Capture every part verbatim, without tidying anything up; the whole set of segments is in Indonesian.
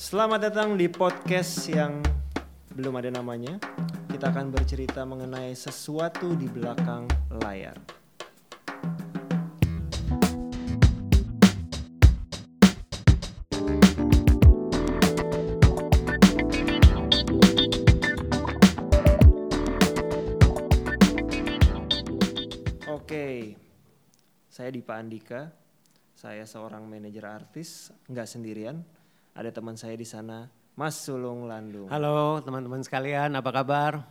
Selamat datang di podcast yang belum ada namanya. Kita akan bercerita mengenai sesuatu di belakang layar. Oke, saya Dipa Andika. Saya seorang manajer artis, nggak sendirian. Ada teman saya di sana, Mas Sulung Landung. Halo teman-teman sekalian, apa kabar?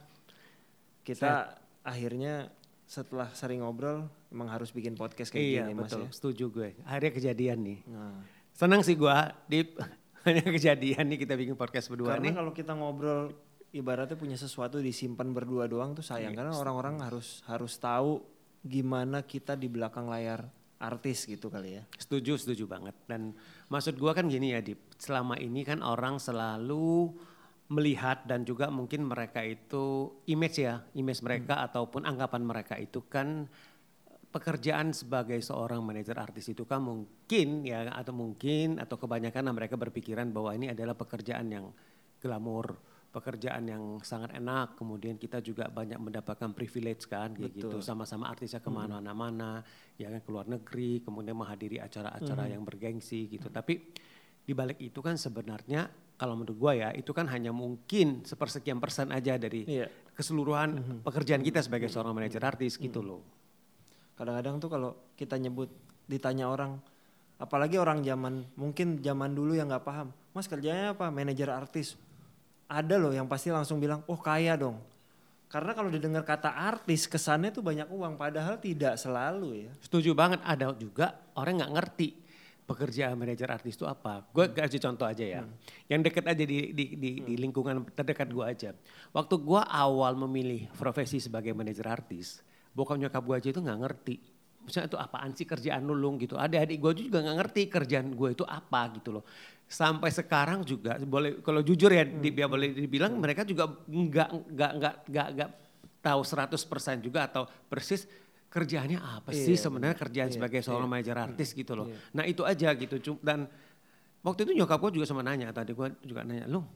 Kita saya... akhirnya setelah sering ngobrol, emang harus bikin podcast kayak iya, gini, Mas betul, ya. Setuju gue. Akhirnya kejadian nih. Nah. Senang sih gue, Dip. Hanya kejadian nih kita bikin podcast berdua karena nih. Nih. Karena kalau kita ngobrol, ibaratnya punya sesuatu disimpan berdua doang tuh sayang. Iya, karena orang-orang harus harus tahu gimana kita di belakang layar artis gitu kali ya. Setuju, setuju banget. Dan maksud gue kan gini ya Dip, selama ini kan orang selalu melihat dan juga mungkin mereka itu image ya, image mereka hmm. ataupun anggapan mereka itu kan pekerjaan sebagai seorang manajer artis itu kan mungkin ya atau mungkin atau kebanyakan mereka berpikiran bahwa ini adalah pekerjaan yang glamor, pekerjaan yang sangat enak, kemudian kita juga banyak mendapatkan privilege kan kayak gitu, sama-sama artisnya kemana-mana, hmm. ya kan ke luar negeri, kemudian menghadiri acara-acara hmm. yang bergengsi gitu. Hmm. Tapi di balik itu kan sebenarnya kalau menurut gue ya itu kan hanya mungkin sepersekian persen aja dari yeah. keseluruhan hmm. pekerjaan kita sebagai seorang manajer artis hmm. gitu loh. Kadang-kadang tuh kalau kita nyebut ditanya orang, apalagi orang zaman mungkin zaman dulu yang nggak paham, Mas kerjanya apa? Manajer artis. Ada loh yang pasti langsung bilang, oh kaya dong. Karena kalau didengar kata artis kesannya tuh banyak uang, padahal tidak selalu ya. Setuju banget, ada juga orang gak ngerti pekerjaan manajer artis itu apa. Gue hmm. kasih contoh aja ya, hmm. yang deket aja di, di, di, hmm. di lingkungan terdekat gue aja. Waktu gue awal memilih profesi sebagai manajer artis, bokap nyokap gue aja itu gak ngerti. Misalnya itu apaan sih kerjaan nulung gitu. Adik-adik gue juga gak ngerti kerjaan gue itu apa gitu loh. Sampai sekarang juga boleh kalau jujur ya hmm. dia boleh dibilang hmm. mereka juga enggak enggak enggak enggak enggak tahu seratus persen juga atau persis kerjaannya apa yeah, sih sebenarnya kerjaan yeah, sebagai seorang yeah. manajer artis hmm. gitu loh. Yeah. Nah itu aja gitu dan waktu itu nyokap gue juga sama nanya, tadi gue juga nanya, "Lu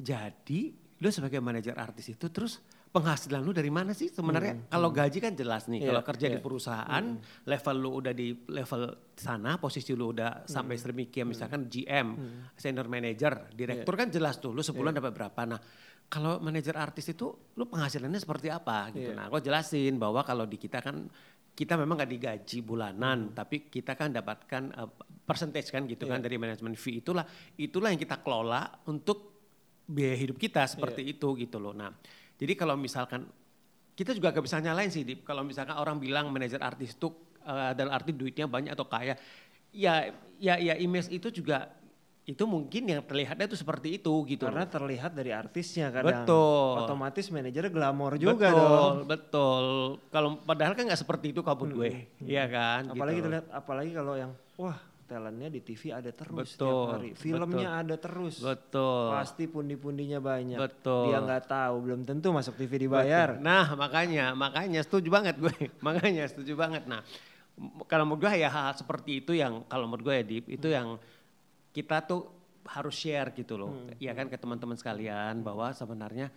jadi lu sebagai manajer artis itu terus penghasilan lu dari mana sih sebenarnya?" Hmm, kalau hmm. gaji kan jelas nih, yeah, kalau kerja yeah. di perusahaan, hmm. level lu udah di level sana, posisi lu udah hmm. sampai sedemikian, misalkan G M, hmm. senior manager, direktur yeah. kan jelas tuh, lu sebulan yeah. dapat berapa. Nah kalau manajer artis itu lu penghasilannya seperti apa gitu. Yeah. Nah aku jelasin bahwa kalau di kita kan, kita memang gak digaji bulanan, hmm. tapi kita kan dapatkan uh, percentage kan gitu yeah. kan dari manajemen fee, itulah itulah yang kita kelola untuk biaya hidup kita seperti yeah. itu gitu loh. Nah jadi kalau misalkan, kita juga gak bisa nyalain sih Dip, kalau misalkan orang bilang manajer artis itu uh, adalah artis duitnya banyak atau kaya, ya ya ya image itu juga, itu mungkin yang terlihatnya itu seperti itu gitu. Karena loh. Terlihat dari artisnya kadang. Betul. Otomatis manajernya glamor juga betul, dong. Betul, kalau padahal kan gak seperti itu kabut gue, hmm, iya hmm. kan. Apalagi gitu terlihat, apalagi kalau yang, wah talentnya di T V ada terus betul, setiap hari, filmnya betul, ada terus, betul, pasti pundi-pundinya banyak, betul. Dia nggak tahu, belum tentu masuk T V dibayar. Betul. Nah makanya, makanya setuju banget gue, makanya setuju banget. Nah kalau menurut gue ya hal seperti itu yang kalau menurut gue ya Dip, itu hmm. yang kita tuh harus share gitu loh, hmm. ya kan ke teman-teman sekalian bahwa sebenarnya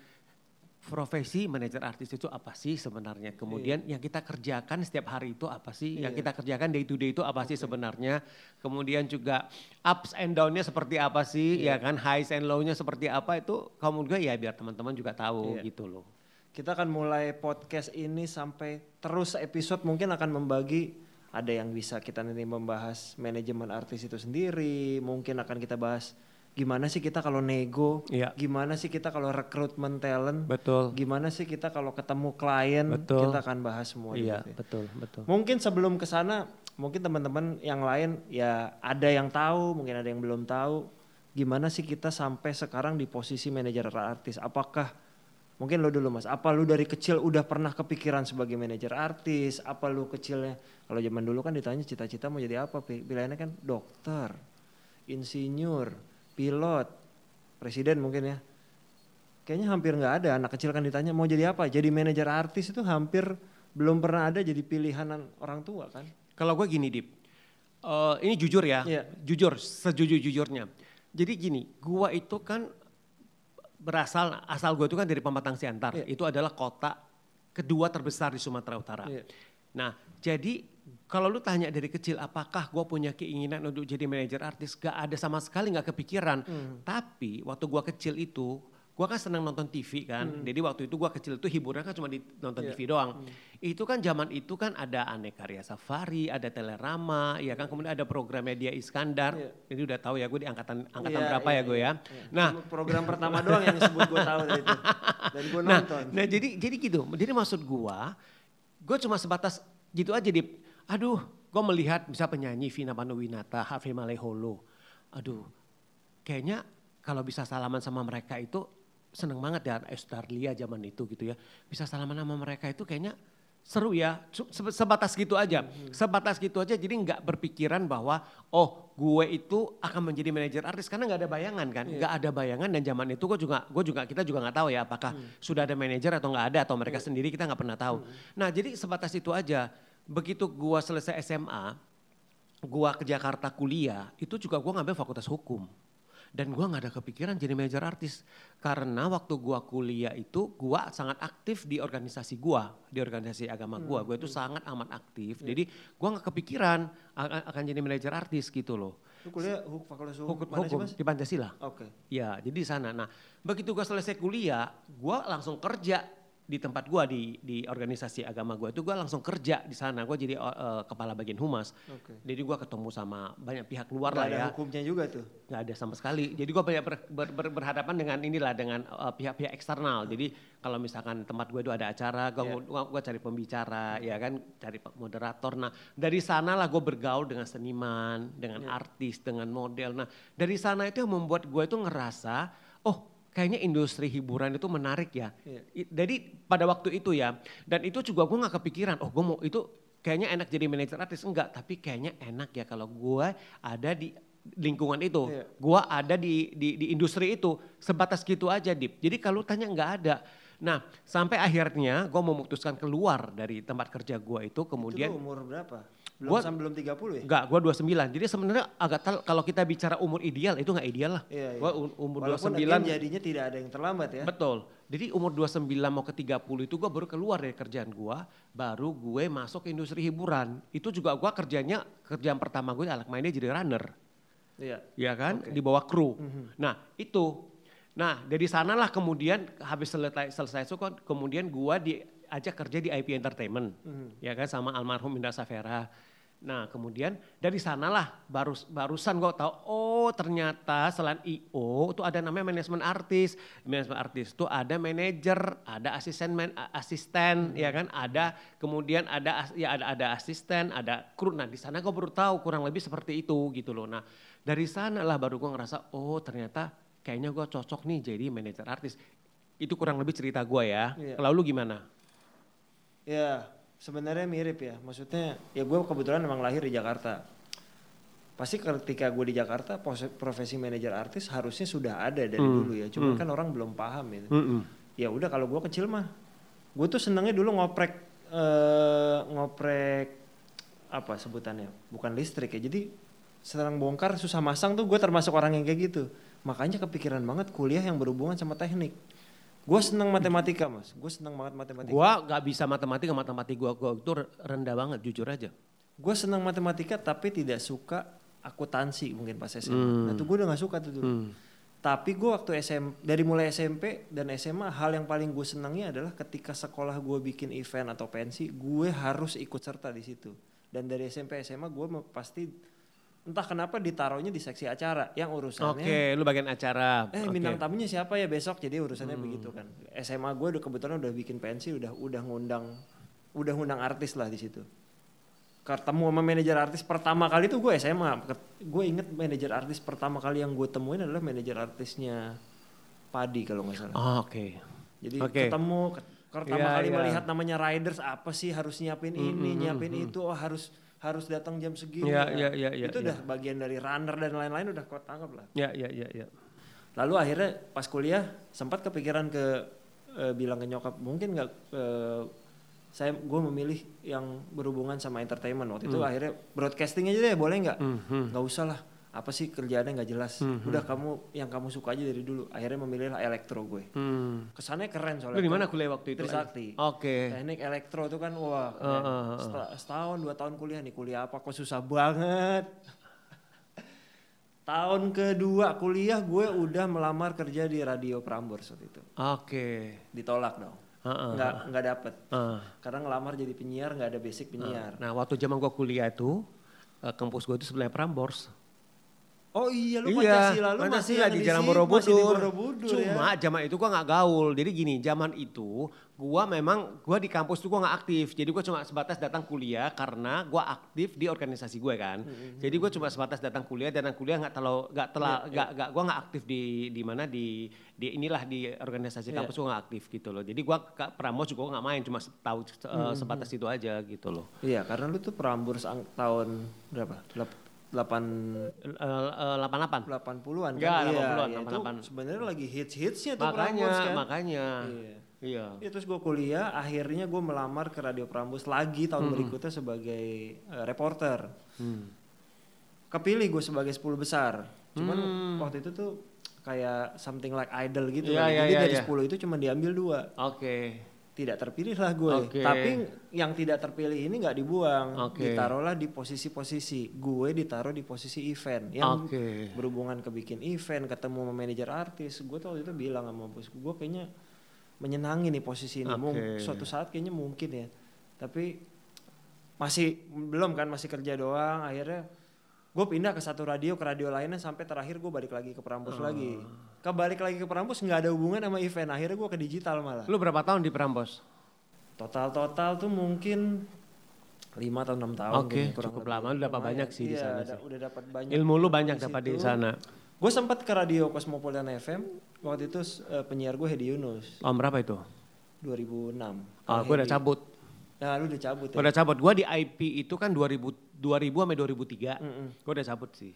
profesi manajer artis itu apa sih sebenarnya, kemudian yeah. yang kita kerjakan setiap hari itu apa sih, yeah. yang kita kerjakan day to day itu apa okay. sih sebenarnya, kemudian juga ups and down-nya seperti apa sih, yeah. ya kan highs and low-nya seperti apa, itu kamu juga ya biar teman-teman juga tahu yeah. gitu loh. Kita akan mulai podcast ini sampai terus episode mungkin akan membagi, ada yang bisa kita nanti membahas manajemen artis itu sendiri, mungkin akan kita bahas gimana sih kita kalau nego, ya. Gimana sih kita kalau rekrutmen talent, betul. Gimana sih kita kalau ketemu klien, betul. Kita akan bahas semua. Iya, gitu. betul, betul. Mungkin sebelum ke sana, mungkin teman-teman yang lain ya ada yang tahu, mungkin ada yang belum tahu, gimana sih kita sampai sekarang di posisi manajer artis. Apakah, mungkin lo dulu Mas, apa lu dari kecil udah pernah kepikiran sebagai manajer artis, apa lu kecilnya, kalau zaman dulu kan ditanya cita-cita mau jadi apa, pilihannya kan dokter, insinyur, pilot, presiden mungkin ya. Kayaknya hampir gak ada anak kecil kan ditanya mau jadi apa. Jadi manajer artis itu hampir belum pernah ada jadi pilihan orang tua kan. Kalau gue gini Dip, uh, ini jujur ya, yeah. jujur sejujur-jujurnya. Jadi gini, gua itu kan berasal, asal gua itu kan dari Pematang Siantar. Yeah. Itu adalah kota kedua terbesar di Sumatera Utara. Yeah. Nah jadi kalau lu tanya dari kecil apakah gua punya keinginan untuk jadi manajer artis, gak ada sama sekali, gak kepikiran. Hmm. Tapi waktu gua kecil itu, gua kan senang nonton T V kan. Hmm. Jadi waktu itu gua kecil itu hiburan kan cuma di nonton yeah. T V doang. Hmm. Itu kan zaman itu kan ada Aneka Ria Safari, ada Telerama, ya kan. Kemudian ada program Media Iskandar. Yeah. Jadi udah tahu ya gue di angkatan angkatan yeah, berapa yeah, ya gue yeah. ya. Yeah. Nah cuma program pertama doang yang disebut gue tahu dari itu. Dan gue nonton. Nah, nah jadi jadi gitu. Jadi maksud gua, gue cuma sebatas gitu aja Dip. Aduh, gue melihat bisa penyanyi Vina Panduwinata, Harvey Maleholo. Aduh, kayaknya kalau bisa salaman sama mereka itu seneng banget ya, Estarlia zaman itu gitu ya. Bisa salaman sama mereka itu kayaknya seru ya, sebatas gitu aja. Hmm. Sebatas gitu aja, jadi nggak berpikiran bahwa oh gue itu akan menjadi manajer artis. Karena nggak ada bayangan kan, nggak yeah. ada bayangan dan zaman itu gue juga, gue juga kita juga nggak tahu ya apakah hmm. sudah ada manajer atau nggak ada atau mereka yeah. sendiri kita nggak pernah tahu. Hmm. Nah jadi sebatas itu aja. Begitu gue selesai S M A, gue ke Jakarta kuliah, itu juga gue ngambil fakultas hukum. Dan gue gak ada kepikiran jadi manajer artis. Karena waktu gue kuliah itu gue sangat aktif di organisasi gue. Di organisasi agama gue. Hmm. Gue itu sangat amat aktif. Hmm. Jadi gue gak kepikiran akan jadi manajer artis gitu loh. Lu kuliah fakultas hukum, hukum, hukum di Pancasila. Oke. Okay. Ya jadi di sana. Nah begitu gue selesai kuliah gue langsung kerja. Di tempat gue di di organisasi agama gue itu gue langsung kerja di sana. Gue jadi uh, kepala bagian humas. Okay. Jadi gue ketemu sama banyak pihak luar lah ya. Gak ada hukumnya juga tuh? Gak ada sama sekali. Jadi gue banyak ber, ber, ber, berhadapan dengan inilah dengan uh, pihak-pihak eksternal. Hmm. Jadi kalau misalkan tempat gue itu ada acara, gue yeah. gue cari pembicara, hmm. ya kan, cari moderator. Nah dari sana lah gue bergaul dengan seniman, dengan yeah. artis, dengan model. Nah dari sana itu yang membuat gue itu ngerasa, oh kayaknya industri hiburan itu menarik ya. Yeah. Jadi pada waktu itu ya, dan itu juga gue gak kepikiran, oh gue mau itu kayaknya enak jadi manajer artis. Enggak, tapi kayaknya enak ya kalau gue ada di lingkungan itu. Yeah. Gue ada di, di, di industri itu, sebatas gitu aja Dip. Jadi kalau tanya gak ada. Nah sampai akhirnya gue memutuskan keluar dari tempat kerja gue itu kemudian. Itu umur berapa? Belum gua, sampai belum tiga puluh ya? Enggak, gue dua puluh sembilan. Jadi sebenarnya agak tal, kalau kita bicara umur ideal itu gak ideal lah. Iya, iya. Gue umur dua puluh sembilan. Walaupun jadinya tidak ada yang terlambat ya. Betul. Jadi umur dua puluh sembilan mau ke tiga puluh itu gue baru keluar dari kerjaan gue. Baru gue masuk ke industri hiburan. Itu juga gue kerjanya, kerjaan pertama gue alat mainnya jadi runner. Iya. Iya kan, okay. Di bawah kru. Mm-hmm. Nah itu. Nah dari sanalah kemudian habis selesai, selesai itu kemudian gue diajak kerja di I P Entertainment. Mm-hmm. Ya kan sama almarhum Indra Safera. Nah kemudian dari sanalah baru, barusan gue tahu oh ternyata selain I O itu ada namanya manajemen artis. Manajemen artis itu ada manajer, ada asisten man, asisten hmm. ya kan, ada kemudian ada ya ada ada asisten, ada kru. Nah di sana gue baru tahu kurang lebih seperti itu gitu loh. Nah dari sanalah baru gue ngerasa oh ternyata kayaknya gue cocok nih jadi manajer artis. Itu kurang lebih cerita gue ya. Iya. Kalau lu gimana? Ya. Sebenarnya mirip ya, maksudnya ya gue kebetulan memang lahir di Jakarta. Pasti ketika gue di Jakarta profesi manajer artis harusnya sudah ada dari hmm. dulu ya, cuman hmm. kan orang belum paham gitu. Hmm. Ya udah kalau gue kecil mah, gue tuh senengnya dulu ngoprek uh, ngoprek apa sebutannya, bukan listrik ya. Jadi sedang bongkar susah masang tuh gue termasuk orang yang kayak gitu. Makanya kepikiran banget kuliah yang berhubungan sama teknik. Gue seneng matematika mas, gue seneng banget matematika. Gue gak bisa matematika, matematika gue itu rendah banget jujur aja. Gue seneng matematika tapi tidak suka akuntansi mungkin pas S M A. Hmm. Nah tuh gue udah gak suka tuh dulu. Hmm. Tapi gue waktu S M P, dari mulai S M P dan S M A hal yang paling gue senangnya adalah ketika sekolah gue bikin event atau pensi, gue harus ikut serta di situ. Dan dari S M P S M A gue pasti entah kenapa ditaruhnya di seksi acara yang urusannya. Oke, okay, lu bagian acara. Eh okay. Bintang tamunya siapa ya besok? Jadi urusannya hmm. begitu kan. S M A gue udah kebetulan udah bikin pensi, udah udah ngundang, udah ngundang artis lah di situ. Ketemu sama manajer artis pertama kali tuh gue S M A. Gue inget manajer artis pertama kali yang gue temuin adalah manajer artisnya Padi kalau nggak salah. Oh, oke. Okay. Jadi okay. ketemu pertama yeah, kali yeah. melihat namanya riders apa sih harus nyiapin ini, mm-hmm, nyiapin mm-hmm. itu, oh harus harus datang jam segini ya, ya. Ya, ya, ya, itu ya. udah bagian dari runner dan lain-lain udah kau tangkap lah. Ya, ya, ya, ya. Lalu akhirnya pas kuliah sempat kepikiran ke e, bilang ke nyokap mungkin nggak e, saya gue memilih yang berhubungan sama entertainment waktu hmm. itu akhirnya broadcasting aja deh boleh nggak? Nggak hmm. usah lah. apa sih kerjaannya nggak jelas. Hmm. Udah kamu yang kamu suka aja dari dulu. Akhirnya memilih elektro gue. Hmm. Kesannya keren soalnya. Lu di mana kuliah waktu itu? Trisakti. Oke. Okay. Teknik elektro itu kan wah. Uh, uh, uh. Set- setahun dua tahun kuliah nih, kuliah apa kok susah banget. Tahun kedua kuliah gue udah melamar kerja di Radio Prambors waktu itu. Oke. Okay. Ditolak dong. Uh, uh, nggak nggak dapet. Uh. Karena ngelamar jadi penyiar nggak ada basic penyiar. Uh. Nah waktu zaman gue kuliah itu uh, kampus gue itu sebelahnya Prambors. Oh iya lu iya, Pancasila lu Pancasila masih di di Jalan situ, Borobudur. masih di Borobudur. Cuma ya. zaman itu gua nggak gaul. Jadi gini, zaman itu gua memang gua di kampus tuh gua nggak aktif. Jadi gua cuma sebatas datang kuliah karena gua aktif di organisasi gue kan. Mm-hmm. Jadi gua cuma sebatas datang kuliah, datang kuliah nggak terlalu nggak telah nggak yeah, yeah. gua nggak aktif di di mana di di inilah di organisasi kampus yeah. gua nggak aktif gitu loh. Jadi gua ke Prambors juga nggak main, cuma tahu uh, mm-hmm. sebatas itu aja gitu loh. Iya, karena lu tuh Prambors tahun berapa? delapan delapan delapan delapan puluhan kan? Ya, iya, delapan puluhan, ya, delapan puluhan. itu sebenarnya lagi hits-hitsnya tuh makanya, Prambors kan. Makanya, iya. iya. Ya, terus gue kuliah, akhirnya gue melamar ke Radio Prambors lagi tahun hmm. berikutnya sebagai uh, reporter. Hmm. Kepilih gue sebagai sepuluh besar. Cuman hmm. waktu itu tuh kayak something like idol gitu yeah, kan. yeah, Jadi yeah, dari yeah. sepuluh itu cuma diambil dua. Oke. Okay. Tidak terpilih lah gue, okay. tapi yang tidak terpilih ini nggak dibuang, okay. ditaruhlah di posisi-posisi. Gue ditaruh di posisi event, yang okay. berhubungan ke bikin event, ketemu sama manajer artis. Gue tuh waktu itu bilang sama bos gue, kayaknya menyenangi nih posisi ini. Okay. Suatu saat kayaknya mungkin ya, tapi masih belum kan, masih kerja doang. Akhirnya gue pindah ke satu radio ke radio lainnya sampai terakhir gue balik lagi ke Prambors oh. lagi. Kebalik lagi ke Prambors nggak ada hubungan sama event. Akhirnya gue ke digital malah. Lu berapa tahun di Prambors? Total-total tuh mungkin lima atau enam tahun. Oke, okay, cukup lama. Lu dapat banyak sih iya, di sana sih. Udah dapat banyak. Ilmu lu banyak dapat di sana. Gue sempat ke radio Cosmopolitan F M. Waktu itu uh, penyiar gue Hedi Yunus. Tahun berapa itu? dua ribu enam. Oh, gue udah cabut. Nah, lu udah cabut ya? Udah cabut. Gue di I P itu kan dua ribu sampai dua ribu tiga. Mm-mm. Gue udah cabut sih.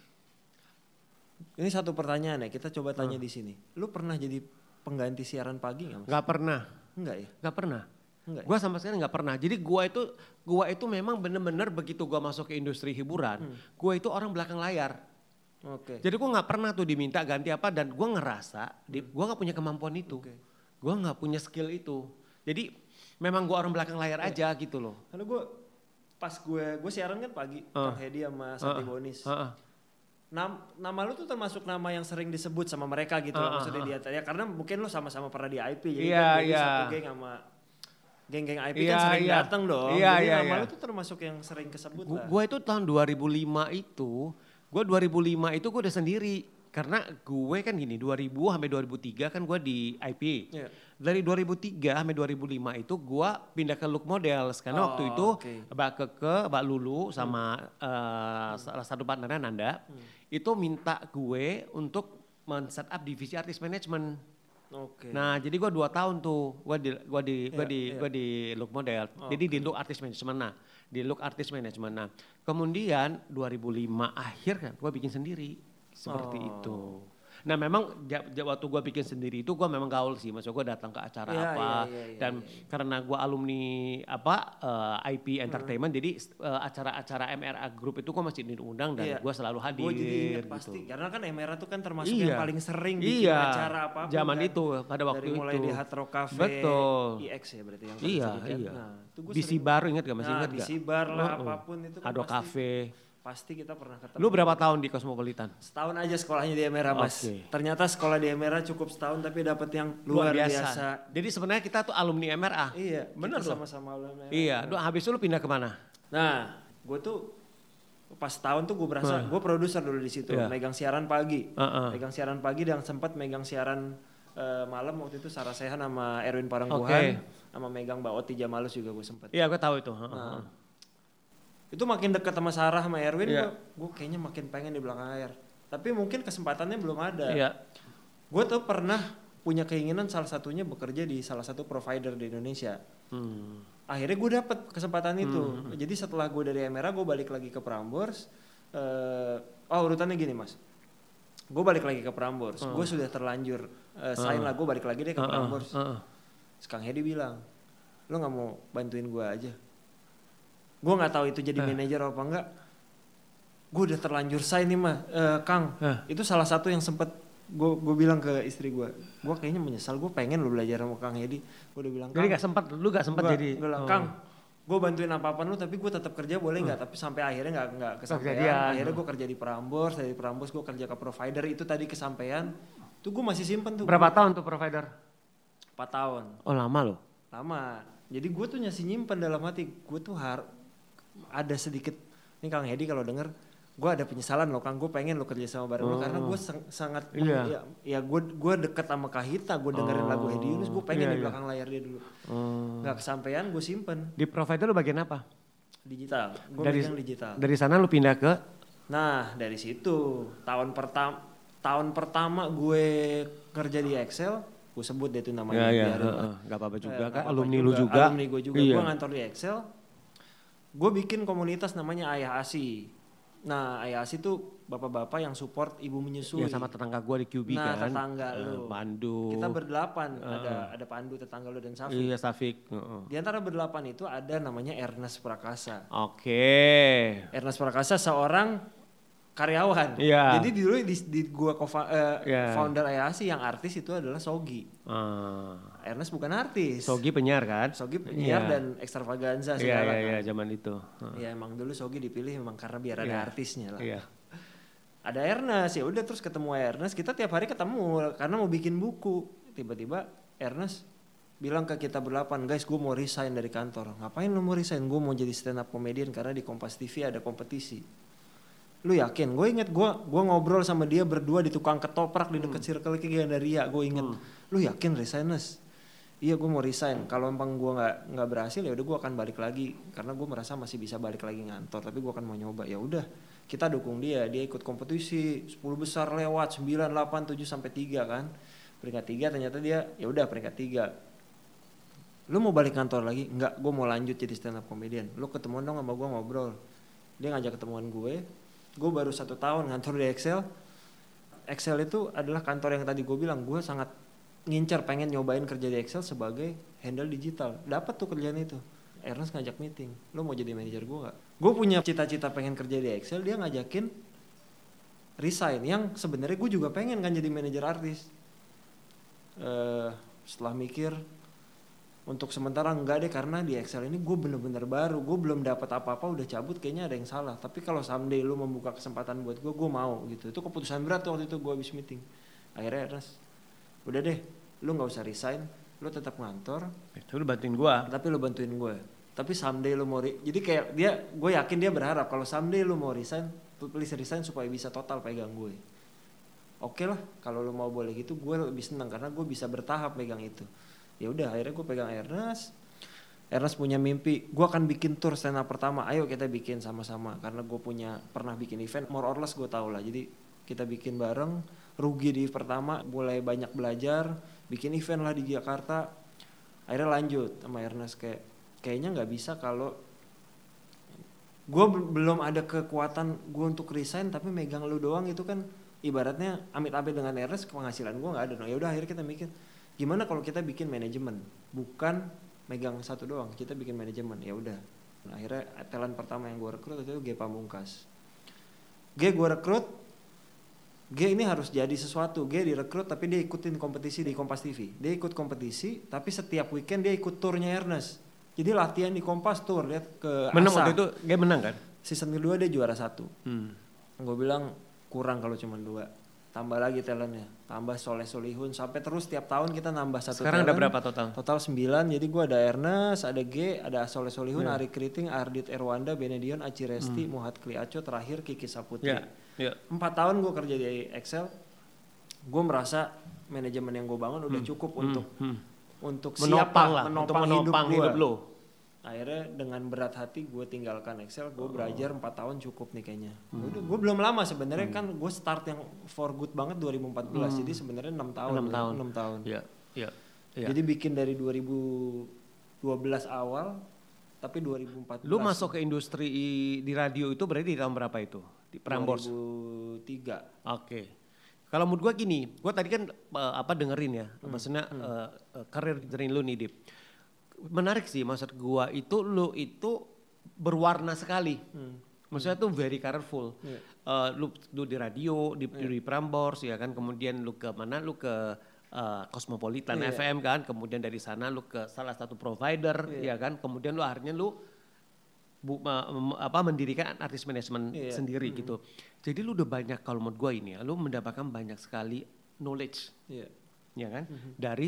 Ini satu pertanyaan ya, kita coba tanya hmm. di sini. Lu pernah jadi pengganti siaran pagi nggak? Nggak pernah. Enggak ya? Nggak pernah. Enggak. Ya? Gue sama sekali nggak pernah. Jadi gue itu, gue itu memang bener-bener begitu gue masuk ke industri hiburan, hmm. gue itu orang belakang layar. Oke. Okay. Jadi gue nggak pernah tuh diminta ganti apa, dan gue ngerasa, hmm. gue nggak punya kemampuan itu. Okay. Gue nggak punya skill itu. Jadi memang gue orang belakang layar okay. aja gitu loh. Karena gue pas gue gue siaran kan pagi, uh. Kang Hedi sama Santi uh. Bonis. Uh. Uh. Nam, nama lu tuh termasuk nama yang sering disebut sama mereka gitu uh. loh, maksudnya uh. dia ya karena mungkin lu sama-sama pernah di I P, jadi yeah, kan yeah. satu geng sama geng-geng I P yeah, kan sering yeah. datang dong. Yeah, jadi yeah, nama yeah. lu tuh termasuk yang sering kesebut Gu- lah. Gue itu tahun dua ribu lima itu, gue dua ribu lima itu gue udah sendiri. Karena gue kan gini, dua ribu sampai dua ribu tiga kan gue di I P. Yeah. Dari dua ribu tiga sampai dua ribu lima itu gue pindah ke Look Models. Karena oh, waktu itu okay. Mbak Keke, Mbak Lulu sama hmm. uh, salah satu partnernya Nanda. Hmm. Itu minta gue untuk men-set up divisi artist management. Okay. Nah jadi gue dua tahun tuh, gue di gue di gue yeah, di yeah. gue di Look Model. Oh, jadi okay. di Look Artist Management. Nah di Look Artist Management. Nah kemudian dua ribu lima akhir kan gue bikin sendiri. Seperti oh. itu. Nah memang j- j- waktu gue bikin sendiri itu gue memang gaul sih. Maksudnya gue datang ke acara yeah, apa. Yeah, yeah, yeah, dan yeah, yeah. karena gue alumni apa uh, I P Entertainment. Hmm. Jadi uh, acara-acara M R A Group itu gue masih diundang dan yeah. gue selalu hadir. Gue jadi ingat gitu. Pasti. Karena kan M R A itu kan termasuk iya. yang paling sering bikin iya. acara apapun. Zaman kan. itu pada waktu Dari itu. mulai di Hard Rock Cafe. Betul. I X ya berarti yang iya, sedikit. iya. Nah, B C Bar ingat gak? Masih nah, ingat gak? B C Bar lah oh, apapun itu kan Hard Rock Cafe. Pasti kita pernah ketemu. Lu berapa tahun di Cosmopolitan? Setahun aja sekolahnya di M R A Mas. Okay. Ternyata sekolah di M R A cukup setahun tapi dapat yang luar, luar biasa. biasa. Jadi sebenarnya kita tuh alumni M R A. Iya, bener kita sama-sama alumni M R A. Iya, lu habis itu lu pindah kemana? Nah, gue tuh pas setahun tuh gue berasa, uh. gue produser dulu di situ, yeah. megang siaran pagi, uh-uh. megang siaran pagi dan sempat megang siaran uh, malam waktu itu Sarah Sehan sama Erwin Parangkuhan, okay. sama megang Mbak Oti Jamalus juga gue sempat. Iya, gue tahu itu. Uh-uh. Nah, itu makin dekat sama Sarah sama Erwin, yeah. gue kayaknya makin pengen di belakang layar. Tapi mungkin kesempatannya belum ada. Yeah. Gue tuh pernah punya keinginan salah satunya bekerja di salah satu provider di Indonesia. Hmm. Akhirnya gue dapet kesempatan itu. Hmm. Jadi setelah gue dari M R A, gue balik lagi ke Prambors. Uh, oh urutannya gini mas. Gue balik lagi ke Prambors. Hmm. Gue sudah terlanjur uh, sign hmm. lah. Gue balik lagi deh ke hmm. Prambors. Hmm. Kang Hedi bilang, lo nggak mau bantuin gue aja? Gue nggak tahu itu jadi uh. manajer apa enggak. gue udah terlanjur sign nih mah, uh, Kang. Huh? Itu salah satu yang sempet gue gue bilang ke istri gue, gue kayaknya menyesal, gue pengen lo belajar sama Kang Hedi. Gue udah bilang, jadi gak sempat, lu gak sempat jadi. Gue bilang, oh. Kang, gue bantuin apa-apa lu tapi gue tetap kerja boleh nggak? Hmm. Tapi sampai akhirnya nggak nggak kesampaian. Akhirnya gue kerja di Prambors, dari Prambors gue kerja ke provider, itu tadi kesampaian. Tuh gue masih simpen tuh. Berapa gua, tahun tuh provider? empat tahun. Oh lama loh. Lama. Jadi gue tuh masih nyimpen dalam hati. Gue tuh har ada sedikit. Ini Kang Hedi kalau denger, gue ada penyesalan loh Kang. Gue pengen lo kerja sama bareng oh. lo karena gue sang, sangat. Iya. Ya, ya gue gue deket sama Kahita. Gue dengerin oh. lagu Hedi Yunus. Gue pengen iya, di belakang iya. layar dia dulu. Oh. Gak kesampaian, gue simpen. Di provider lo bagian apa? Digital. Gue megang digital. Dari sana lo pindah ke? Nah dari situ tahun pertama tahun pertama gue kerja di Excel. Gue sebut deh itu namanya. Ya, ya, uh, uh, gak apa-apa juga eh, kan, alumni lu juga. Alumni gue juga, iya. Gue ngantor di Excel. Gue bikin komunitas namanya Ayah Asi. Nah Ayah Asi tuh bapak-bapak yang support ibu menyusui. Iya sama tetangga gue di Q B nah, kan. Nah tetangga uh, lu. Pandu. Kita berdelapan, uh, ada ada Pandu tetangga lu dan Safik. Iya Safik. Uh, uh. Di antara berdelapan itu ada namanya Ernest Prakasa. Oke. Okay. Ernest Prakasa seorang karyawan. Yeah. Jadi dulu di, di gua uh, yeah. founder Ayasi yang artis itu adalah Sogi. Uh. Ernest bukan artis. Sogi penyiar kan? Sogi penyiar yeah. dan extravaganza segala. Iya yeah, iya yeah, iya yeah, zaman itu. Uh. Ya emang dulu Sogi dipilih memang karena biar yeah. ada artisnya lah. Yeah. Ada Ernest, ya udah terus ketemu Ernest, kita tiap hari ketemu karena mau bikin buku. Tiba-tiba Ernest bilang ke kita berdelapan, guys gue mau resign dari kantor. Ngapain lu mau resign? Gue mau jadi stand up comedian karena di Kompas T V ada kompetisi. Lu yakin? Gue inget gue gue ngobrol sama dia berdua di tukang ketoprak di dekat hmm. Circle K Gandaria. Gue inget, hmm. lu yakin resign Nes? Iya gue mau resign. Kalau emang gue nggak nggak berhasil ya udah gue akan balik lagi karena gue merasa masih bisa balik lagi ngantor. Tapi gue akan mau nyoba. Ya udah kita dukung dia. Dia ikut kompetisi sepuluh besar lewat sembilan, delapan, tujuh sampai tiga kan. Peringkat tiga ternyata dia ya udah peringkat tiga. Lu mau balik kantor lagi? Enggak, gue mau lanjut jadi stand up comedian. Lu ketemuan dong sama gue ngobrol. Dia ngajak ketemuan gue. Gue baru satu tahun ngantor di Excel. Excel itu adalah kantor yang tadi gue bilang gue sangat ngincer pengen nyobain kerja di Excel sebagai handle digital. Dapat tuh kerjaan itu. Ernest ngajak meeting. Lo mau jadi manajer gue gak? Gue punya cita-cita pengen kerja di Excel. Dia ngajakin resign. Yang sebenarnya gue juga pengen kan jadi manajer artis. Uh, setelah mikir untuk sementara enggak deh karena di Excel ini gue bener-bener baru, gue belum dapat apa-apa udah cabut kayaknya ada yang salah. Tapi kalau someday lu membuka kesempatan buat gue, gue mau gitu. Itu keputusan berat tuh waktu itu gue habis meeting. Akhirnya Ernest, udah deh, lu nggak usah resign, lu tetap ngantor. Itu lu bantuin gue. Tapi lu bantuin gue. Tapi someday lu mau, re- jadi kayak dia, gue yakin dia berharap kalau someday lu mau resign, please resign supaya bisa total pegang gue. Oke lah, kalau lu mau boleh gitu, gue lebih senang karena gue bisa bertahap pegang itu. Ya udah akhirnya gue pegang Ernest. Ernest punya mimpi gue akan bikin tour stand up pertama, ayo kita bikin sama-sama karena gue punya pernah bikin event more or less gue tahu lah, jadi kita bikin bareng. Rugi di pertama, mulai banyak belajar bikin event lah di Jakarta. Akhirnya lanjut sama Ernest kayak kayaknya nggak bisa kalau gue b- belum ada kekuatan gue untuk resign tapi megang lu doang. Itu kan ibaratnya amit-amit dengan Ernest penghasilan gue nggak ada. No ya udah akhirnya kita mikir gimana kalau kita bikin manajemen, bukan megang satu doang, kita bikin manajemen. Ya udah. Nah, akhirnya talent pertama yang gue rekrut itu G Pamungkas. G gue rekrut, G ini harus jadi sesuatu. G direkrut tapi dia ikutin kompetisi di Kompas T V. Dia ikut kompetisi, tapi setiap weekend dia ikut turnya Ernest. Jadi latihan di Kompas tour, lihat ke menang Asa. Waktu itu G menang kan? Season kedua dia juara satu. Hmm. Gue bilang kurang kalau cuma dua. Tambah lagi talentnya, tambah Soleh Solihun, sampai terus tiap tahun kita nambah satu. Sekarang talent. Ada berapa total? Total sembilan, jadi gue ada Ernest, ada G, ada Soleh Solihun, yeah. Ari Kriting, Ardit Erwanda, Benedion, Aci Resti, hmm. Muhat Kliaco, terakhir Kiki Saputri. Yeah. Yeah. Empat tahun gue kerja di Excel, gue merasa manajemen yang gue bangun udah cukup hmm. untuk hmm. untuk menopang siapa lah, menopang, untuk menopang hidup, hidup lo. Akhirnya dengan berat hati gue tinggalkan Excel, gue belajar empat tahun cukup nih kayaknya. Hmm. Udah, gue belum lama sebenarnya hmm. kan gue start yang for good banget dua ribu empat belas, hmm. jadi sebenarnya enam tahun. enam tahun. enam tahun. Ya, ya, ya. Jadi bikin dari dua ribu dua belas awal, tapi dua ribu empat belas. Lu masuk ke industri di radio itu berarti di tahun berapa itu? Di Prambors? dua ribu tiga. Oke. Okay. Kalau menurut gue gini, gue tadi kan uh, apa dengerin ya, hmm. maksudnya hmm. Uh, uh, karir dengerin lu nih Dip. Menarik sih maksud gua itu lu itu berwarna sekali. Hmm. Maksudnya tuh very colorful. Yeah. Uh, lu, lu di radio, di, yeah. di Prambors ya kan, kemudian lu ke mana, lu ke uh, Cosmopolitan yeah. F M kan, kemudian dari sana lu ke salah satu provider yeah. ya kan, kemudian lu akhirnya lu bu, ma, ma, apa mendirikan artis manajemen yeah. sendiri mm-hmm. gitu. Jadi lu udah banyak, kalau menurut gue ini ya, lu mendapatkan banyak sekali knowledge yeah. ya kan, mm-hmm. dari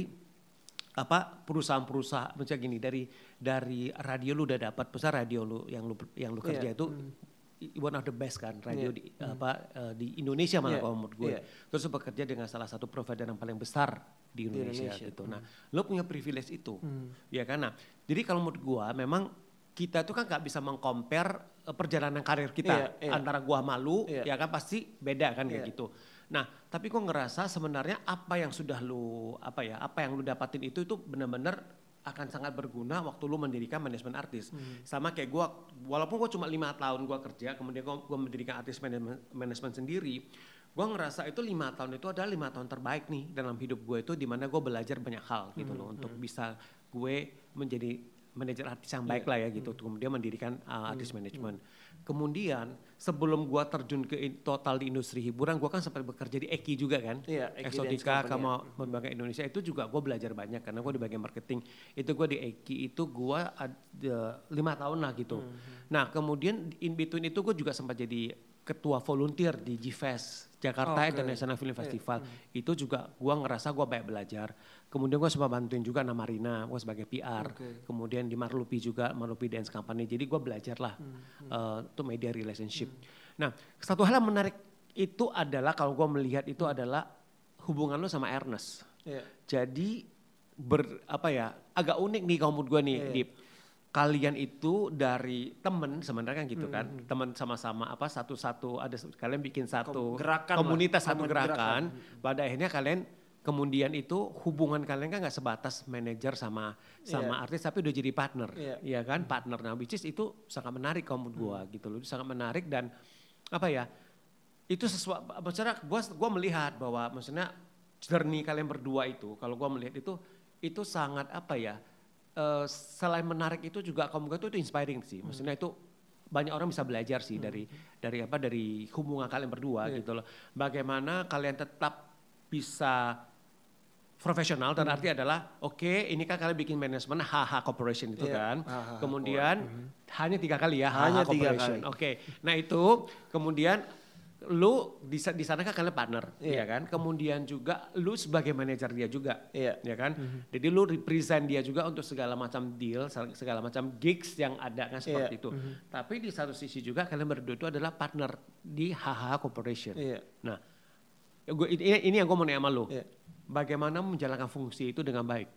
apa perusahaan-perusahaan macam gini, dari dari radio lu udah dapat, perusahaan radio lu yang lu yang lu kerja yeah. itu mm. one of the best kan radio yeah. di mm. apa uh, di Indonesia malah yeah. kalau menurut gue. Yeah. Terus lu bekerja dengan salah satu provider yang paling besar di Indonesia, di Indonesia. gitu. Mm. Nah, lu punya privilege itu. Mm. Ya kan. Nah, jadi kalau menurut gue memang kita tuh kan nggak bisa mengcompare uh, perjalanan karir kita yeah, yeah. antara gua malu yeah. ya kan, pasti beda kan yeah. kayak gitu. Nah, tapi kok ngerasa sebenarnya apa yang sudah lu apa ya, apa yang lu dapatin itu itu benar-benar akan sangat berguna waktu lu mendirikan manajemen artis. Hmm. Sama kayak gua, walaupun gua cuma lima tahun gua kerja, kemudian gua, gua mendirikan artis manajemen sendiri, gua ngerasa itu lima tahun itu adalah lima tahun terbaik nih dalam hidup gue itu, di mana gua belajar banyak hal gitu hmm. loh, untuk hmm. bisa gue menjadi manajer artis yang baik yeah. lah ya gitu, hmm. kemudian mendirikan uh, artis hmm. manajemen. Kemudian sebelum gua terjun ke in, total di industri hiburan, gua kan sempat bekerja di Eki juga kan, yeah, Exotica sama Lembaga Indonesia, itu juga gua belajar banyak karena gua di bagian marketing. Itu gua di Eki itu gua ada lima tahun lah gitu. Hmm. Nah kemudian in between itu gua juga sempat jadi ketua volunteer di G-Fest Jakarta okay. International Film Festival. Yeah. Hmm. Itu juga gua ngerasa gua banyak belajar. Kemudian gua sempat bantuin juga Ana Marina, gua sebagai P R. Okay. Kemudian di Marlupi juga, Marlupi Dance Company. Jadi gua belajar lah hmm. Hmm. Uh, untuk media relationship. Hmm. Nah, satu hal yang menarik itu adalah kalau gua melihat itu adalah hubungan lu sama Ernest. Yeah. Jadi ber apa ya, agak unik nih kalau menurut gua nih, yeah. Dip. Kalian itu dari temen sebenarnya kan gitu kan, hmm. teman sama-sama apa satu-satu ada kalian bikin satu gerakan komunitas lah. satu gerakan, gerakan. Pada akhirnya kalian kemudian itu hubungan kalian kan nggak sebatas manajer sama sama yeah. artis, tapi udah jadi partner, yeah. ya kan, partner. Nah, which is itu sangat menarik kalau menurut gua hmm. gitu loh, itu sangat menarik. Dan apa ya, itu sesuatu, maksudnya gua gua melihat bahwa maksudnya journey kalian berdua itu, kalau gua melihat itu itu sangat apa ya. Uh, selain menarik itu juga kamu itu itu inspiring sih, maksudnya itu banyak orang bisa belajar sih hmm. dari dari apa dari hubungan kalian berdua yeah. gitu loh. Bagaimana kalian tetap bisa profesional, dan hmm. arti adalah oke okay, ini kan kalian bikin manajemen H H Corporation itu yeah. kan, H H kemudian hmm. hanya tiga kali ya hanya H H Corporation. Oke, okay. Nah itu kemudian lu di, di sana kan kalian partner, yeah. ya kan? Kemudian juga lu sebagai manajer dia juga, yeah. ya kan? Mm-hmm. Jadi lu represent dia juga untuk segala macam deal, segala macam gigs yang ada kan seperti yeah. itu. Mm-hmm. Tapi di satu sisi juga kalian berdua itu adalah partner di H H Corporation. Yeah. Nah, gua, ini, ini yang gue mau nanya sama lu, yeah. bagaimana menjalankan fungsi itu dengan baik?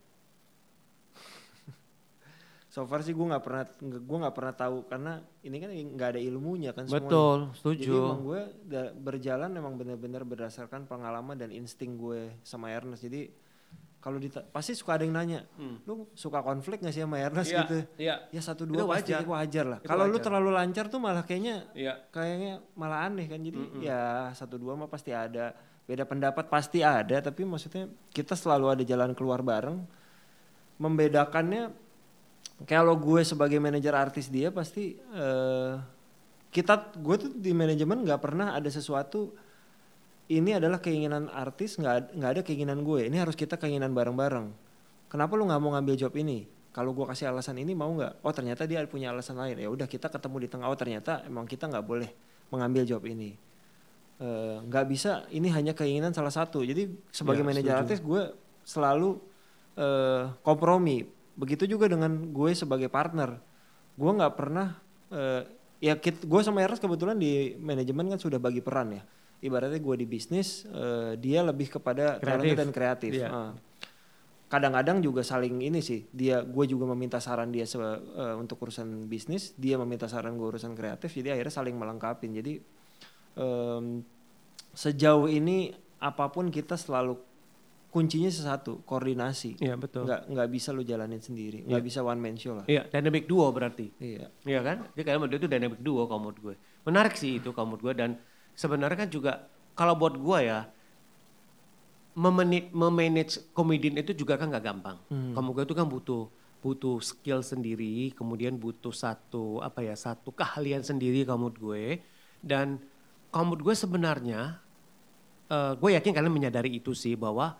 So far sih gue nggak pernah gue nggak pernah tahu, karena ini kan nggak ada ilmunya kan. Betul, semuanya. Setuju. Jadi emang gue da- berjalan emang benar-benar berdasarkan pengalaman dan insting gue sama Ernest. Jadi kalau dita- pasti suka ada yang nanya, hmm. lu suka konflik nggak sih sama Ernest ya, gitu? Ya, ya satu dua pasti wajar, wajar lah. Kalau lu terlalu lancar tuh malah kayaknya ya. kayaknya malah aneh kan. Jadi mm-mm. ya satu dua mah pasti ada, beda pendapat pasti ada. Tapi maksudnya kita selalu ada jalan keluar bareng. Membedakannya, kalau gue sebagai manajer artis dia pasti uh, kita gue tuh di manajemen nggak pernah ada sesuatu ini adalah keinginan artis, nggak nggak ada keinginan gue, ini harus kita keinginan bareng-bareng. Kenapa lu nggak mau ngambil job ini? Kalau gue kasih alasan ini mau nggak? Oh ternyata dia punya alasan lain. Ya udah kita ketemu di tengah. Oh ternyata emang kita nggak boleh mengambil job ini. Nggak uh, bisa. Ini hanya keinginan salah satu. Jadi sebagai ya, manajer artis gue selalu uh, kompromi. Begitu juga dengan gue sebagai partner, gue nggak pernah, uh, ya kit, gue sama Ernest kebetulan di manajemen kan sudah bagi peran ya. Ibaratnya gue di bisnis, uh, dia lebih kepada talent dan kreatif. Yeah. Uh, kadang-kadang juga saling ini sih, dia gue juga meminta saran dia se, uh, untuk urusan bisnis, dia meminta saran gue urusan kreatif, jadi akhirnya saling melengkapin. Jadi um, sejauh ini apapun kita selalu kuncinya sesatu, koordinasi. Iya betul. Nggak nggak bisa lu jalanin sendiri, nggak iya. bisa one man show lah. Iya, dynamic duo berarti. Iya. Iya kan? Jadi kayak menurut itu dynamic duo kalau menurut gue. Menarik sih itu kalau menurut gue, dan sebenarnya kan juga kalau buat gue ya, memanage, memanage komedian itu juga kan nggak gampang. Hmm. Kamu gue itu kan butuh butuh skill sendiri, kemudian butuh satu apa ya, satu keahlian sendiri kalau menurut gue. Dan kalau menurut gue sebenarnya, uh, gue yakin kalian menyadari itu sih bahwa,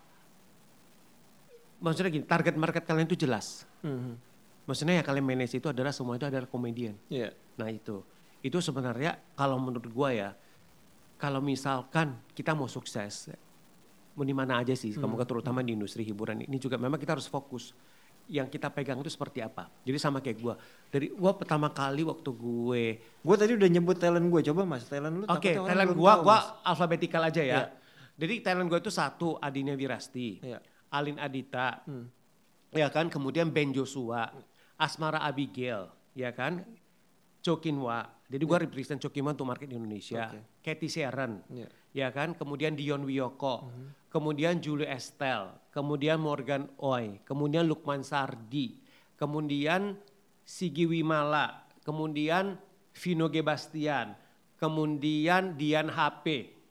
maksudnya gini, target market kalian itu jelas. Mm-hmm. Maksudnya yang kalian manage itu adalah semua itu adalah komedian. Yeah. Nah itu, itu sebenarnya kalau menurut gue ya, kalau misalkan kita mau sukses, mau di mana aja sih, mm-hmm. terutama di industri hiburan ini juga memang kita harus fokus. Yang kita pegang itu seperti apa. Jadi sama kayak gue. Dari gue pertama kali waktu gue. Gue tadi udah nyebut talent gue. Coba mas, talent lu. Oke, okay, talent gue, gue alfabetikal aja ya. Yeah. Jadi talent gue itu satu, Adinia Wirasti. Yeah. Alin Adita. Hmm. Ya kan, kemudian Ben Joshua. Asmara Abigail. Ya kan. Cokinwa. Jadi gue yeah. represent Cokinwa untuk market di Indonesia. Okay. Cathy Sharon. Yeah. Ya kan, kemudian Dion Wiyoko. Mm-hmm. Kemudian Julie Estelle, kemudian Morgan Oy, kemudian Lukman Sardi, kemudian Sigi Wimala, kemudian Vino Gebastian, kemudian Dian H P.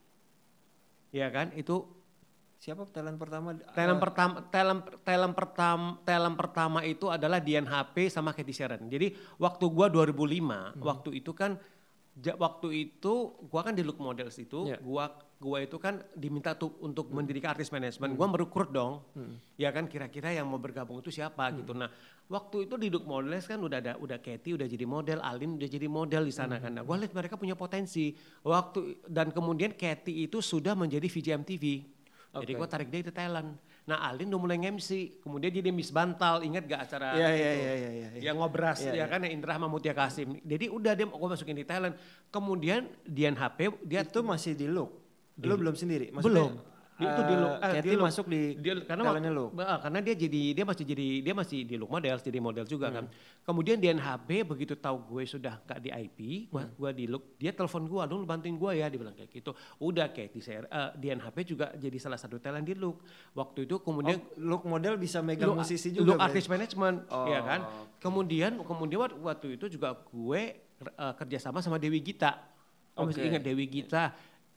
Ya kan? Itu siapa talent pertama? Talent uh, pertama talent talent pertama talent pertama itu adalah Dian H P sama Cathy Sharon. Jadi waktu gua dua ribu lima, hmm. waktu itu kan waktu itu gua kan di Look Models itu, yeah. gua gua itu kan diminta tuh untuk hmm. mendirikan artis manajemen. Hmm. Gua merekrut dong. Hmm. Ya kan kira-kira yang mau bergabung itu siapa hmm. gitu. Nah, waktu itu di Look Models kan udah ada udah Cathy udah jadi model, Alin udah jadi model di sana hmm. kan. Nah, gua lihat mereka punya potensi. Waktu dan kemudian Cathy itu sudah menjadi V J M T V. Okay. Jadi gue tarik dia itu talent. Nah Alin udah mulai M C, kemudian jadi Miss Bantal, ingat gak acara yeah, itu? Yeah, yeah, yeah, yeah. Yang ngobras, yeah, ya yeah. kan, Indra sama Mutia Kasim. Jadi udah dia gue masukin di talent. Kemudian Dian H P, dia itu masih di Look. Lu belum sendiri? Maksudnya, belum. Dia itu di Look. Uh, Cathy masuk di dia, karena talentnya Look. Karena dia jadi dia masih jadi dia masih di Look Models, jadi model juga hmm. kan. Kemudian Dian H P begitu tahu gue sudah gak di I P, gue hmm. gue di Look, dia telepon gue, lu bantuin gue ya, dia bilang kayak gitu. Udah Cathy, uh, Dian H P juga jadi salah satu talent di Look. Waktu itu kemudian oh, Look Model bisa megang Look, musisi juga. Look Artist Management, oh, ya kan. Okay. Kemudian kemudian waktu itu juga gue uh, kerjasama sama Dewi Gita. Oh, okay. Masih ingat Dewi Gita,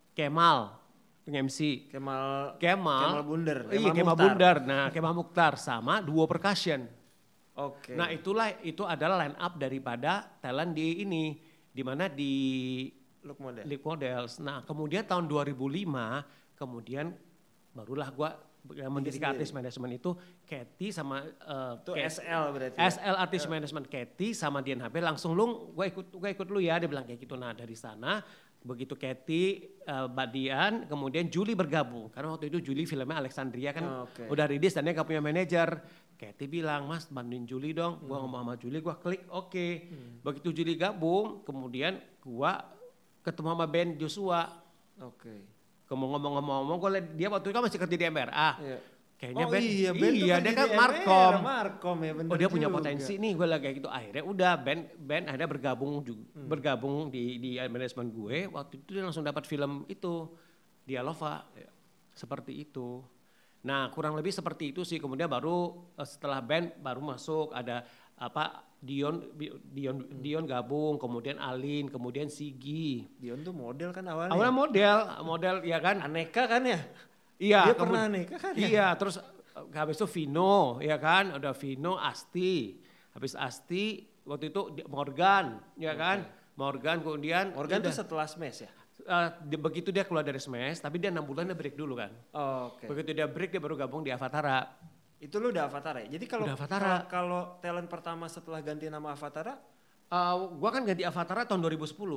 Kemal. M C Kemal Kemal Kemal Bunder iya Kemal Bunder nah Kemal Mukhtar sama duo percussion. Oke. Okay. Nah itulah itu adalah line up daripada talent di ini di mana di Look Model. Look Models. Nah kemudian tahun dua ribu lima kemudian barulah gua yang mendirikan artis manajemen itu Cathy sama uh, itu Cathy, S L berarti S L ya? Artis Management Cathy sama Dian H P langsung lu gua ikut gua ikut lu ya dia bilang kayak gitu. Nah dari sana begitu Cathy, uh, Mbak Dian, kemudian Julie bergabung. Karena waktu itu Julie filmnya Alexandria kan oh, okay. udah rilis dan dia gak punya manajer. Cathy bilang, mas bantuin Julie dong. Hmm. Gua ngomong sama Julie, gua klik oke. Okay. Hmm. Begitu Julie gabung, kemudian gua ketemu sama Ben Joshua. Oke. Okay. Ngomong-ngomong-ngomong, gua liat dia waktu itu kan masih kerja di M R A. Yeah. Kayaknya oh Ben, iya, Ben iya dia kan Markom. Markom ya bener oh dia punya juga. Potensi nih, gue lagi kayak gitu. Akhirnya udah Ben Ben akhirnya bergabung juga, hmm. bergabung di di manajemen gue. Waktu itu dia langsung dapat film itu Dialova, ya. Seperti itu. Nah kurang lebih seperti itu sih. Kemudian baru setelah Ben baru masuk ada apa Dion Dion hmm. Dion gabung, kemudian Alin, kemudian Sigi. Dion tuh model kan awalnya. Awalnya model, model ya kan. Aneka kan ya. Iya, dia pernah nikah kan ya? Iya, terus habis itu Vino, ya kan, udah Vino, Asti, habis Asti waktu itu Morgan, ya kan, okay. Morgan kemudian. Morgan itu setelah Smash ya? Uh, di, begitu dia keluar dari Smash, tapi dia enam bulan dia break dulu kan. Oh, Oke. Okay. Begitu dia break dia baru gabung di Avatara. Itu lu udah Avatara ya? Jadi kalau kalau talent pertama setelah ganti nama Avatara? Uh, gua kan ganti Avatara tahun dua ribu sepuluh.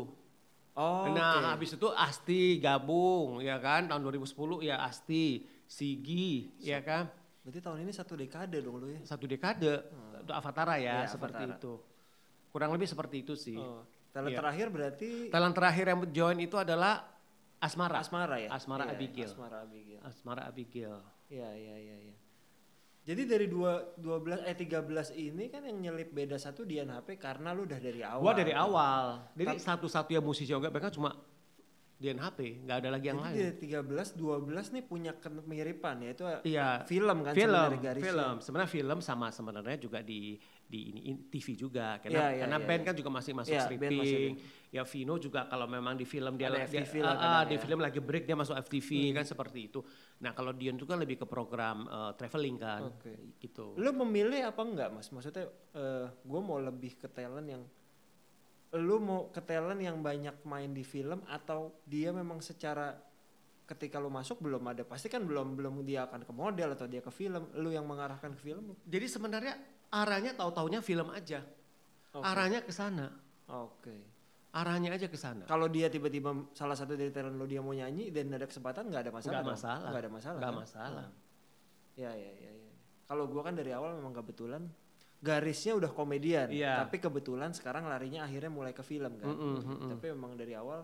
Oh, nah okay. habis itu Asti gabung ya kan tahun dua ribu sepuluh ya Asti, Sigi so, ya kan. Berarti tahun ini satu dekade dong lu ya? Satu dekade hmm. untuk Avatara ya, ya seperti Avatara. Itu. Kurang lebih seperti itu sih. Oh, talent ya. Terakhir berarti? Talent terakhir yang join itu adalah Asmara. Asmara ya? Asmara ya, Abigail. Asmara Abigail. Asmara Abigail. Iya iya iya. Ya. Jadi dari dua, dua belas, eh tiga belas ini kan yang nyelip beda satu Dian H P karena lu udah dari awal. Gua dari awal. Jadi satu-satunya musisi juga mereka cuma D N H P, nggak ada lagi yang Jadi lain. di tiga belas, dua belas nih punya kemiripan ya itu Iya, film kan film, sebenarnya garisnya. film. Sebenarnya film sama sebenarnya juga di di ini in- T V juga Iya, karena iya, karena iya, band iya. kan juga masih masuk Iya, band masih stripping. Ya Vino juga kalau memang di film dia Ada dia- F T V lah ah, kadang di ya. film lagi break dia masuk F T V kan seperti itu. Nah, kalau Dion juga lebih ke program eh, traveling kan Oke. gitu. Lu memilih apa enggak Mas? Maksudnya gue mau lebih ke talent yang lu mau ke talent yang banyak main di film atau dia memang secara ketika lu masuk belum ada pasti kan belum belum dia akan ke model atau dia ke film, lu yang mengarahkan ke film? Jadi sebenarnya arahnya tahu-taunya film aja. Oke. Arahnya ke sana. Oke. Arahnya aja ke sana. Kalau dia tiba-tiba salah satu dari talent lu dia mau nyanyi dan ada kesempatan nggak ada masalah. Nggak dong? masalah. Nggak ada masalah. Nggak kan? masalah. Hmm. Ya ya ya ya. Kalau gua kan dari awal memang kebetulan garisnya udah komedian, Iya. tapi kebetulan sekarang larinya akhirnya mulai ke film kan. Mm, mm, mm, mm. Tapi memang dari awal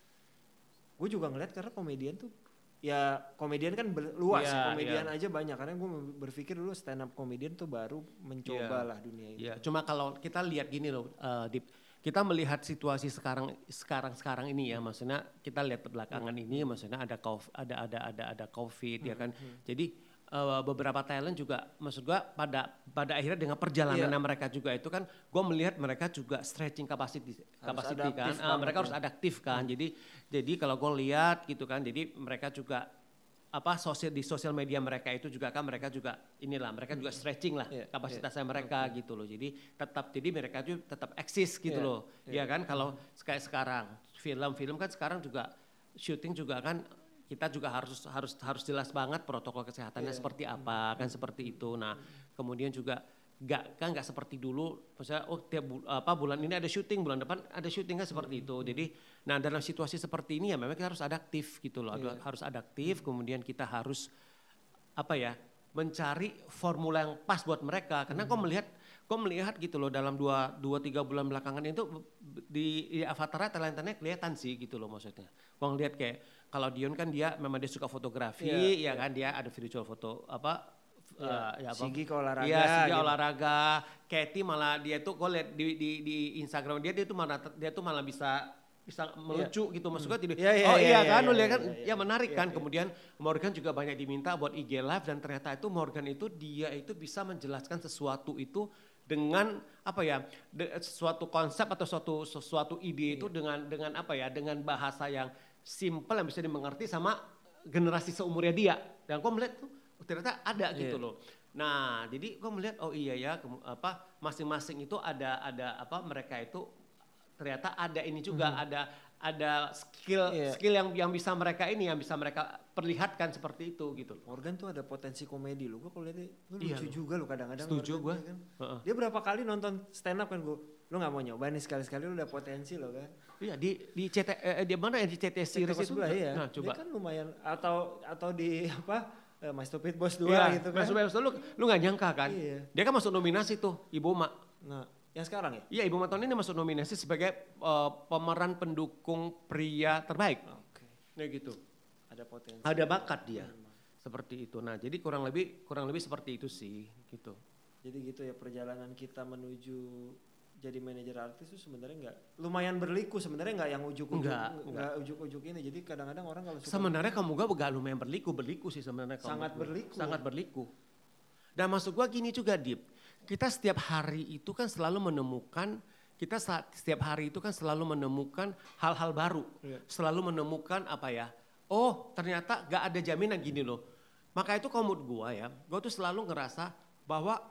gue juga ngeliat karena komedian tuh ya komedian kan ber- luas, Iya, komedian iya. aja banyak karena gue berpikir dulu stand up komedian tuh baru mencoba Iya. lah dunia itu. Ya, cuma kalau kita lihat gini loh, eh, Dip, kita melihat situasi sekarang sekarang sekarang ini ya, maksudnya kita lihat belakangan ini, maksudnya ada kov- ada ada ada ada covid ya kan, jadi eh, beberapa talent juga, maksud gua pada pada akhirnya dengan perjalanan Iya. mereka juga itu kan, gua melihat mereka juga stretching capacity capacity kan, adaptif Ah, banget mereka ya. harus adaptif kan, jadi jadi kalau gue lihat gitu kan, jadi mereka juga apa sosial di sosial media mereka itu juga kan mereka juga inilah mereka juga stretching lah Iya, kapasitasnya mereka gitu loh, jadi tetap jadi mereka juga tetap eksis gitu Iya, loh, iya. ya kan kalau kayak sekarang film-film kan sekarang juga syuting juga kan kita juga harus harus harus jelas banget protokol kesehatannya Iya. seperti apa kan seperti itu. Nah kemudian juga nggak kan nggak seperti dulu, misalnya oh tiap bu- apa bulan ini ada syuting, bulan depan ada syuting kan seperti itu. Jadi nah dalam situasi seperti ini ya memang kita harus adaptif gitu loh, Iya. harus adaptif. Kemudian kita harus apa ya mencari formula yang pas buat mereka. Karena kau melihat kau melihat gitu loh dalam dua dua tiga bulan belakangan itu di, di Avatar talentanya kelihatan sih gitu loh maksudnya. Kau ngelihat kayak kalau Dion kan dia memang dia suka fotografi, Iya, ya kan dia ada virtual foto apa. Iya, eh, ya apa? Sigi ke olahraga. Iya, Sigi gitu. olahraga. Katy malah dia tuh gue lihat di, di di Instagram dia dia tuh malah dia tuh malah bisa bisa melucu gitu maksudnya tidak. Iya, iya, oh iya, iya iya, kan iya, lu lihat kan iya, iya, ya menarik iya, kan. iya. Kemudian Morgan juga banyak diminta buat I G live dan ternyata itu Morgan itu dia itu bisa menjelaskan sesuatu itu dengan apa ya de- suatu konsep atau suatu sesuatu ide itu dengan dengan apa ya dengan bahasa yang simple yang bisa dimengerti sama generasi seumurnya dia. Dan gue melihat tuh oh, ternyata ada gitu Iya. loh. Nah, jadi gue melihat oh iya ya kemu- apa masing-masing itu ada ada apa mereka itu ternyata ada ini juga ada ada skill Iya. skill yang yang bisa mereka ini yang bisa mereka perlihatkan seperti itu gitu. Morgan tuh ada potensi komedi lu. Gue kalau lihat dia, lu Iya, lucu lu. juga lu kadang-kadang. Setuju Morgan, gua. ya kan? Heeh. Dia berapa kali nonton stand up kan gue. Lu nggak mau nyoba nih sekali-sekali lu udah potensi lo kan. Iya di di C T eh, di mana ya di C T series TikTok itu. sebelah ya. Nah, coba. Dia kan lumayan atau atau di apa eh, My Stupid Boss dua Iya, gitu kan. Mas Ubay, lu lu nggak nyangka kan? Iya. Dia kan masuk nominasi tuh Ibu Mak. Nah, yang sekarang ya? Iya Ibu Mak tahun ini masuk nominasi sebagai eh, pemeran pendukung pria terbaik. Oke. Ya gitu. Ada potensi. Ada bakat dia. Seperti itu. Nah, jadi kurang lebih kurang lebih seperti itu sih, gitu. Jadi gitu ya perjalanan kita menuju jadi manajer artis itu sebenarnya nggak lumayan berliku sebenarnya nggak yang ujuk-ujuk Nggak, nggak ujuk-ujuk ini. Jadi kadang-kadang orang kalau suka Sebenarnya kamu gak gak lumayan berliku, berliku sih sebenarnya. kalau Sangat menurut gua. berliku. Sangat berliku. Dan maksud gua gini juga Dip, kita setiap hari itu kan selalu menemukan, kita saat, setiap hari itu kan selalu menemukan hal-hal baru. Iya. Selalu menemukan apa ya, oh ternyata gak ada jaminan gini loh. Maka itu kalau menurut gua ya, gua tuh selalu ngerasa bahwa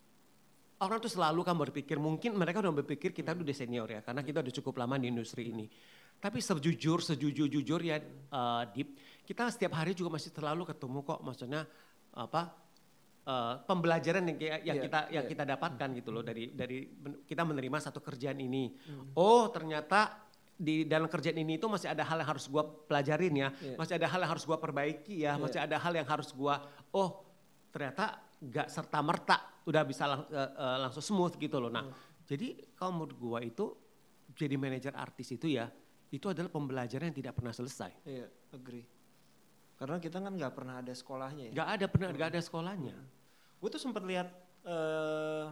orang tuh selalu kan berpikir, mungkin mereka udah berpikir kita udah senior ya, karena kita udah cukup lama di industri ini. Tapi sejujur, sejujur-jujur ya uh, Dip, kita setiap hari juga masih selalu ketemu kok, maksudnya apa uh, pembelajaran yang, yang Iya, kita yang iya. kita dapatkan gitu loh dari dari men- kita menerima satu kerjaan ini. Oh ternyata di dalam kerjaan ini itu masih ada hal yang harus gua pelajarin ya, Iya. masih ada hal yang harus gua perbaiki ya, Iya. masih ada hal yang harus gua, oh ternyata gak serta merta udah bisa lang, uh, uh, langsung smooth gitu loh. Nah, jadi kalau menurut gua itu jadi manajer artis itu ya, itu adalah pembelajaran yang tidak pernah selesai. Iya, agree. Karena kita kan nggak pernah ada sekolahnya ya. Gak ada pernah, gak ada sekolahnya. Gue tuh sempat lihat eh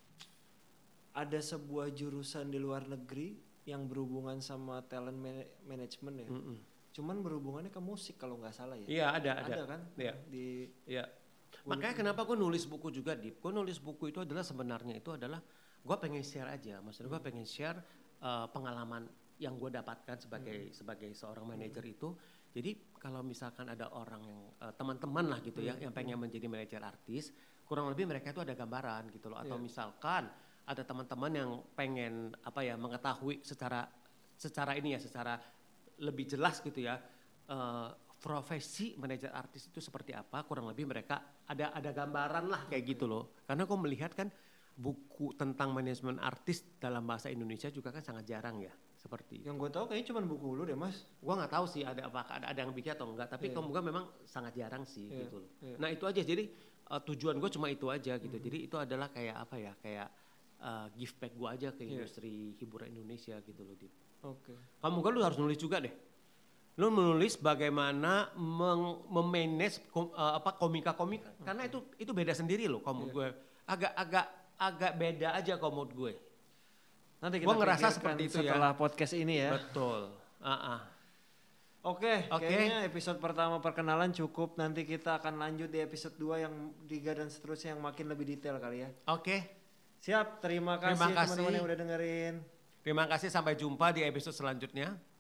ada sebuah jurusan di luar negeri yang berhubungan sama talent man- management ya. Mm-mm. cuman berhubungannya ke musik kalau nggak salah ya. Iya ada ada. Ada kan? Iya. Di Iya. Makanya kenapa gue nulis buku juga, Dip. Gue nulis buku itu adalah sebenarnya itu adalah gue pengen share aja. Maksudnya gue pengen share uh, pengalaman yang gue dapatkan sebagai hmm. sebagai seorang manajer hmm. itu. Jadi kalau misalkan ada orang yang uh, teman-teman lah gitu ya, hmm. yang pengen menjadi manajer artis, kurang lebih mereka itu ada gambaran gitu loh. Atau yeah. misalkan ada teman-teman yang pengen apa ya mengetahui secara secara ini ya, secara lebih jelas gitu ya. Uh, profesi manajer artis itu seperti apa, kurang lebih mereka ada ada gambaran lah kayak gitu loh. Karena aku melihat kan buku tentang manajemen artis dalam bahasa Indonesia juga kan sangat jarang ya, seperti yang gue tahu kayaknya cuma buku lu deh mas. Gue nggak tahu sih ada apa ada, ada yang bikin atau enggak, tapi yeah. kemudian memang sangat jarang sih yeah. gitu loh. Yeah. Nah itu aja, jadi uh, tujuan gue cuma itu aja gitu. Mm-hmm. Jadi itu adalah kayak apa ya, kayak uh, give back gue aja ke industri yeah. hiburan Indonesia gitu loh. Oke. Okay. Kamu kan lu harus nulis juga deh. Lu menulis bagaimana meng- memanage kom, uh, apa komika-komika okay. karena itu itu beda sendiri loh komod yeah. gue. Agak-agak agak beda aja komod gue. Nanti kita gua ngerasa seperti itu setelah ya. podcast ini ya. Betul. Uh-uh. Oke, okay, okay. kayaknya episode pertama perkenalan cukup. Nanti kita akan lanjut di episode dua yang tiga dan seterusnya yang makin lebih detail kali ya. Oke. Okay. Siap, terima kasih, terima kasih teman-teman yang udah dengerin. Terima kasih, sampai jumpa di episode selanjutnya.